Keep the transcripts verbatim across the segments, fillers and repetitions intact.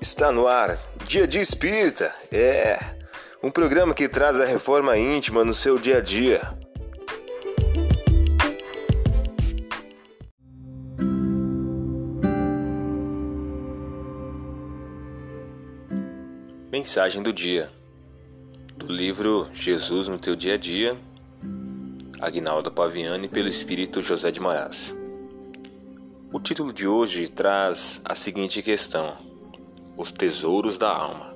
Está no ar, Dia a Dia Espírita, é um programa que traz a reforma íntima no seu dia a dia. Mensagem do dia, do livro Jesus no Teu Dia a Dia, Aguinaldo Paviani, pelo Espírito José de Moraes. O título de hoje traz a seguinte questão: os tesouros da alma.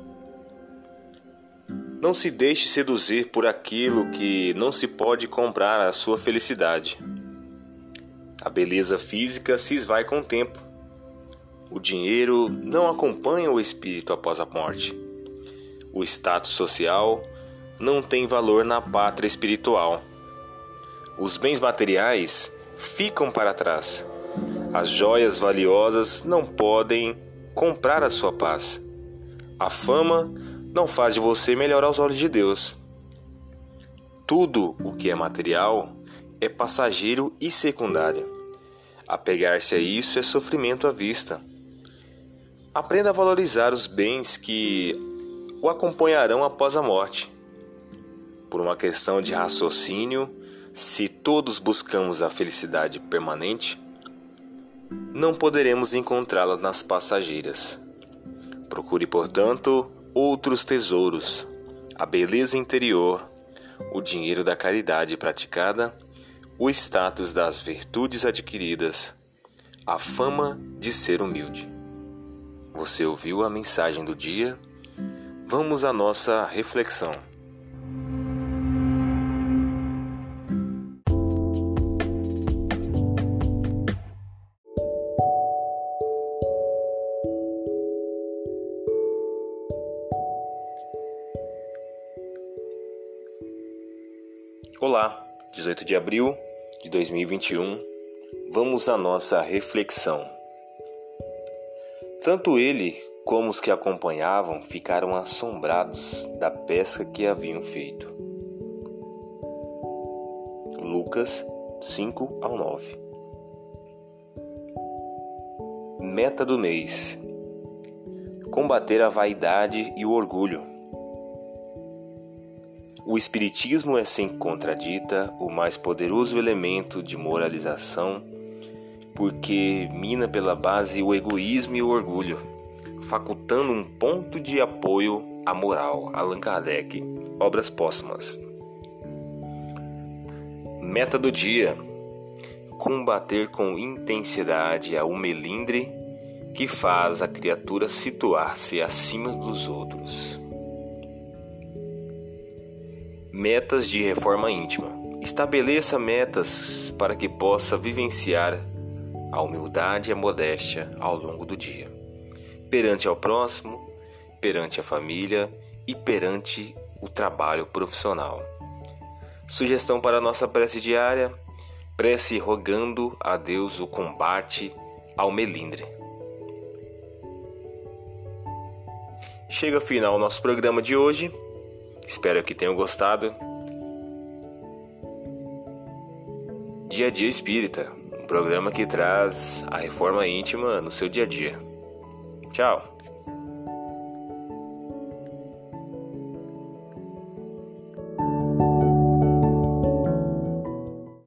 Não se deixe seduzir por aquilo que não se pode comprar a sua felicidade. A beleza física se esvai com o tempo. O dinheiro não acompanha o espírito após a morte. O status social não tem valor na pátria espiritual. Os bens materiais ficam para trás. As joias valiosas não podem comprar a sua paz. A fama não faz de você melhor aos olhos de Deus. Tudo o que é material é passageiro e secundário. Apegar-se a isso é sofrimento à vista. Aprenda a valorizar os bens que o acompanharão após a morte. Por uma questão de raciocínio, se todos buscamos a felicidade permanente, não poderemos encontrá-la nas passageiras. Procure, portanto, outros tesouros: a beleza interior, o dinheiro da caridade praticada, o status das virtudes adquiridas, a fama de ser humilde. Você ouviu a mensagem do dia? Vamos à nossa reflexão. Olá, dezoito de abril de dois mil e vinte e um, vamos à nossa reflexão. Tanto ele como os que acompanhavam ficaram assombrados da pesca que haviam feito. Lucas cinco ao nove. Meta do mês: combater a vaidade e o orgulho. O Espiritismo é, sem contradita, o mais poderoso elemento de moralização, porque mina pela base o egoísmo e o orgulho, facultando um ponto de apoio à moral. Allan Kardec, Obras Póstumas. Meta do dia: combater com intensidade a o melindre que faz a criatura situar-se acima dos outros. Metas de reforma íntima. Estabeleça metas para que possa vivenciar a humildade e a modéstia ao longo do dia, perante ao próximo, perante a família e perante o trabalho profissional. Sugestão para a nossa prece diária: prece rogando a Deus o combate ao melindre. Chega ao final o nosso programa de hoje. Espero que tenham gostado. Dia a Dia Espírita, um programa que traz a reforma íntima no seu dia a dia. Tchau!